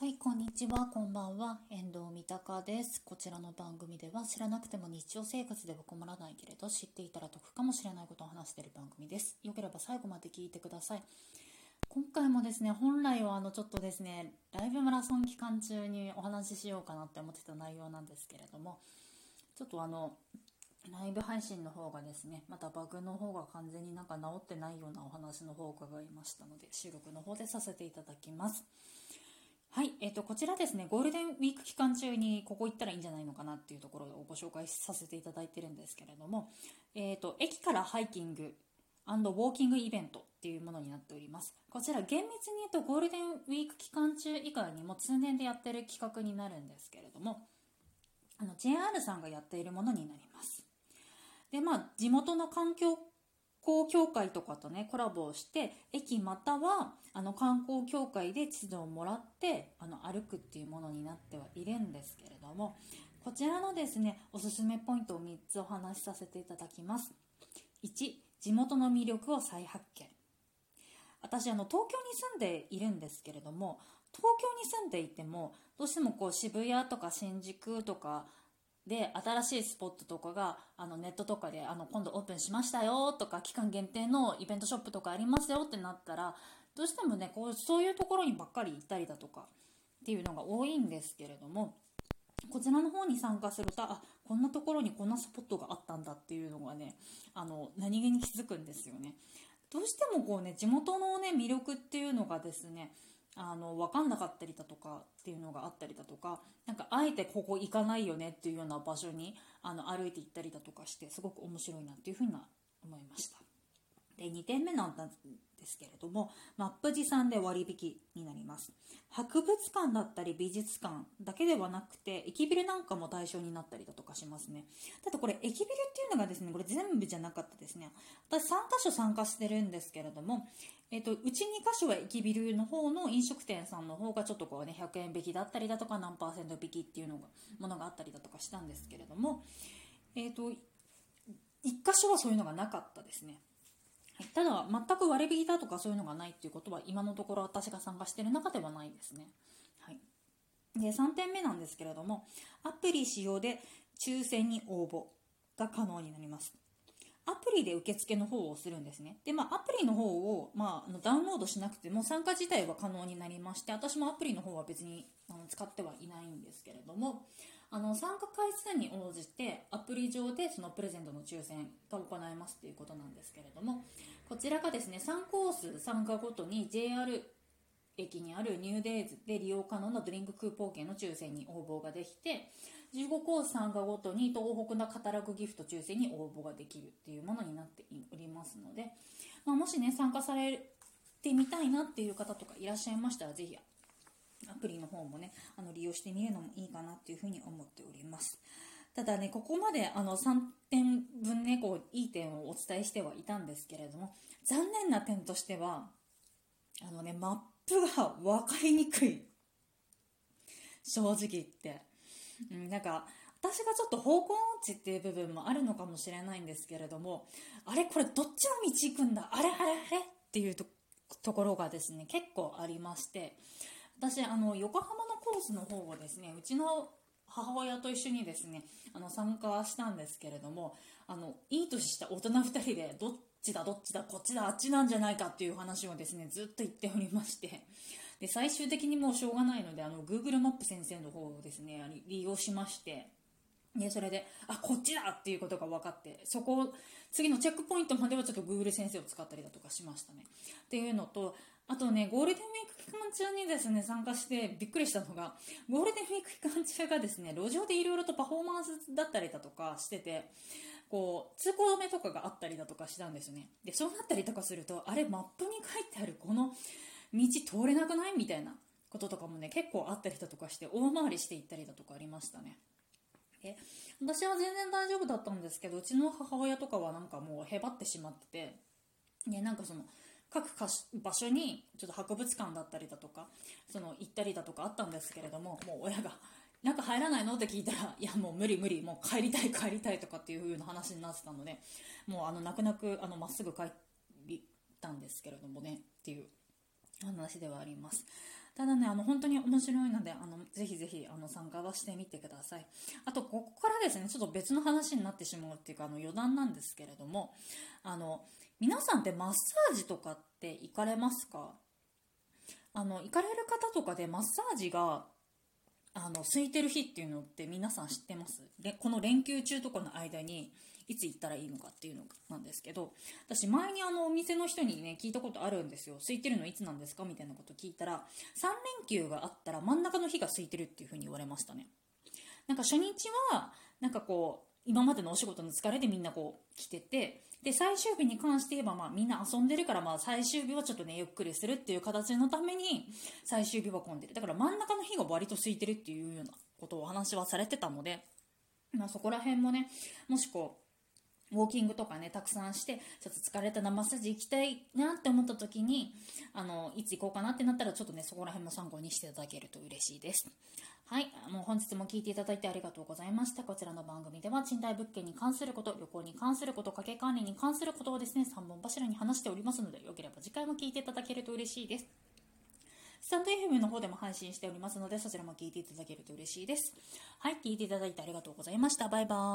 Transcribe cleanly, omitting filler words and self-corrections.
はい、こんにちは、こんばんは、遠藤三鷹です。こちらの番組では知らなくても日常生活では困らないけれど知っていたら得かもしれないことを話している番組です。よければ最後まで聞いてください。今回もですね、本来はちょっとですね、ライブマラソン期間中にお話ししようかなって思ってた内容なんですけれども、ちょっとライブ配信の方がですね、またバグの方が完全に治ってないようなお話の方を伺いましたので、収録の方でさせていただきます。はい、こちらですね、ゴールデンウィーク期間中にここ行ったらいいんじゃないのかなっていうところをご紹介させていただいてるんですけれども、駅からハイキング&ウォーキングイベントっていうものになっております。こちら厳密に言うとゴールデンウィーク期間中以外にも通年でやってる企画になるんですけれども、JR さんがやっているものになります。で、地元の環境協会とかとねコラボをして駅または観光協会で地図をもらって歩くっていうものになってはいるんですけれども、こちらのですねおすすめポイントを3つお話しさせていただきます。1、地元の魅力を再発見。私東京に住んでいるんですけれども、東京に住んでいてもどうしても渋谷とか新宿とかで新しいスポットとかがネットとかで今度オープンしましたよとか期間限定のイベントショップとかありますよってなったら、どうしてもねそういうところにばっかり行ったりだとかっていうのが多いんですけれども、こちらの方に参加するとこんなところにこんなスポットがあったんだっていうのがね何気に気づくんですよね。どうしても地元のね魅力っていうのがですね分かんなかったりだとかっていうのがあったりだとか、あえてここ行かないよねっていうような場所に歩いて行ったりだとかしてすごく面白いなっていうふうな思いました。で2点目なんですけれども、マップ持参で割引になります。博物館だったり美術館だけではなくて駅ビルなんかも対象になったりだとかしますね。ただこれ駅ビルっていうのがですね、これ全部じゃなかったですね。私3カ所参加してるんですけれども、うち2カ所は駅ビルの方の飲食店さんの方がちょっと100円引きだったりだとか何パーセント引きっていうものがあったりだとかしたんですけれども、1箇所はそういうのがなかったですね。ただ全く割引だとかそういうのがないっていうことは今のところ私が参加している中ではないですね。はい、で3点目なんですけれども、アプリ使用で抽選に応募が可能になります。アプリで受付の方をするんですね。で、アプリの方を、ダウンロードしなくても参加自体は可能になりまして、私もアプリの方は別に使ってはいないんですけれども、参加回数に応じてアプリ上でそのプレゼントの抽選が行えますということなんですけれども、こちらがですね3コース参加ごとに JR 駅にあるニューデイズで利用可能なドリンククーポン券の抽選に応募ができて、15コース参加ごとに東北のカタログギフト抽選に応募ができるっていうものになっておりますので、もしね参加されてみたいなっていう方とかいらっしゃいましたら、ぜひアプリの方もね利用してみるのもいいかなっていうふうに思っております。ただねここまで3点分ねいい点をお伝えしてはいたんですけれども、残念な点としてはマップが分かりにくい、正直言って。私がちょっと方向音痴っていう部分もあるのかもしれないんですけれども、あれこれどっちの道行くんだ、あれっていうところがですね結構ありまして、私横浜のコースの方をですねうちの母親と一緒にですね参加したんですけれども、いい年した大人2人でどっちだこっちだあっちなんじゃないかっていう話をですねずっと言っておりまして、で最終的にもうしょうがないのでGoogle マップ先生の方をですね利用しまして、でそれでこっちだっていうことが分かって、そこ次のチェックポイントまではちょっと Google 先生を使ったりだとかしましたねっていうのと、あとねゴールデンウィーク期間中にですね参加してびっくりしたのが、ゴールデンウィーク期間中がですね路上でいろいろとパフォーマンスだったりだとかしてて、通行止めとかがあったりだとかしたんですね。でそうなったりとかすると、あれマップに書いてあるこの道通れなくないみたいなこととかもね結構あったりだとかして大回りしていったりだとかありましたね。で私は全然大丈夫だったんですけど、うちの母親とかはもうへばってしまってて、でその各場所にちょっと博物館だったりだとか行ったりだとかあったんですけれども、もう親が入らないのって聞いたら、いやもう無理もう帰りたいとかっていう風な話になってたので、もう泣く泣くまっすぐ帰ったんですけれどもねっていう話ではあります。 ただね、本当に面白いので、ぜひぜひ、参加はしてみてください。あと、ここからですね、ちょっと別の話になってしまうっていうか、余談なんですけれども、皆さんってマッサージとかって行かれますか？行かれる方とかでマッサージが、空いてる日っていうのって皆さん知ってます？で、この連休中とかの間に、いつ行ったらいいのかっていうのなんですけど、私前にお店の人にね、聞いたことあるんですよ。空いてるのいつなんですかみたいなこと聞いたら、3連休があったら真ん中の日が空いてるっていう風に言われましたね。なんか初日は、なんかこう、今までのお仕事の疲れでみんなこう来てて、で、最終日に関して言えば、まあみんな遊んでるから、まあ最終日はちょっとね、ゆっくりするっていう形のために、最終日は混んでる。だから真ん中の日が割と空いてるっていうようなことをお話はされてたので、まあそこら辺もね、もしこう、ウォーキングとかね、たくさんして、ちょっと疲れたな、マッサージ行きたいなって思った時に、いつ行こうかなってなったら、ちょっとね、そこら辺も参考にしていただけると嬉しいです。はい。もう本日も聞いていただいてありがとうございました。こちらの番組では、賃貸物件に関すること、旅行に関すること、家計管理に関することをですね、3本柱に話しておりますので、よければ次回も聞いていただけると嬉しいです。スタンド FM の方でも配信しておりますので、そちらも聞いていただけると嬉しいです。はい。聞いていただいてありがとうございました。バイバーイ。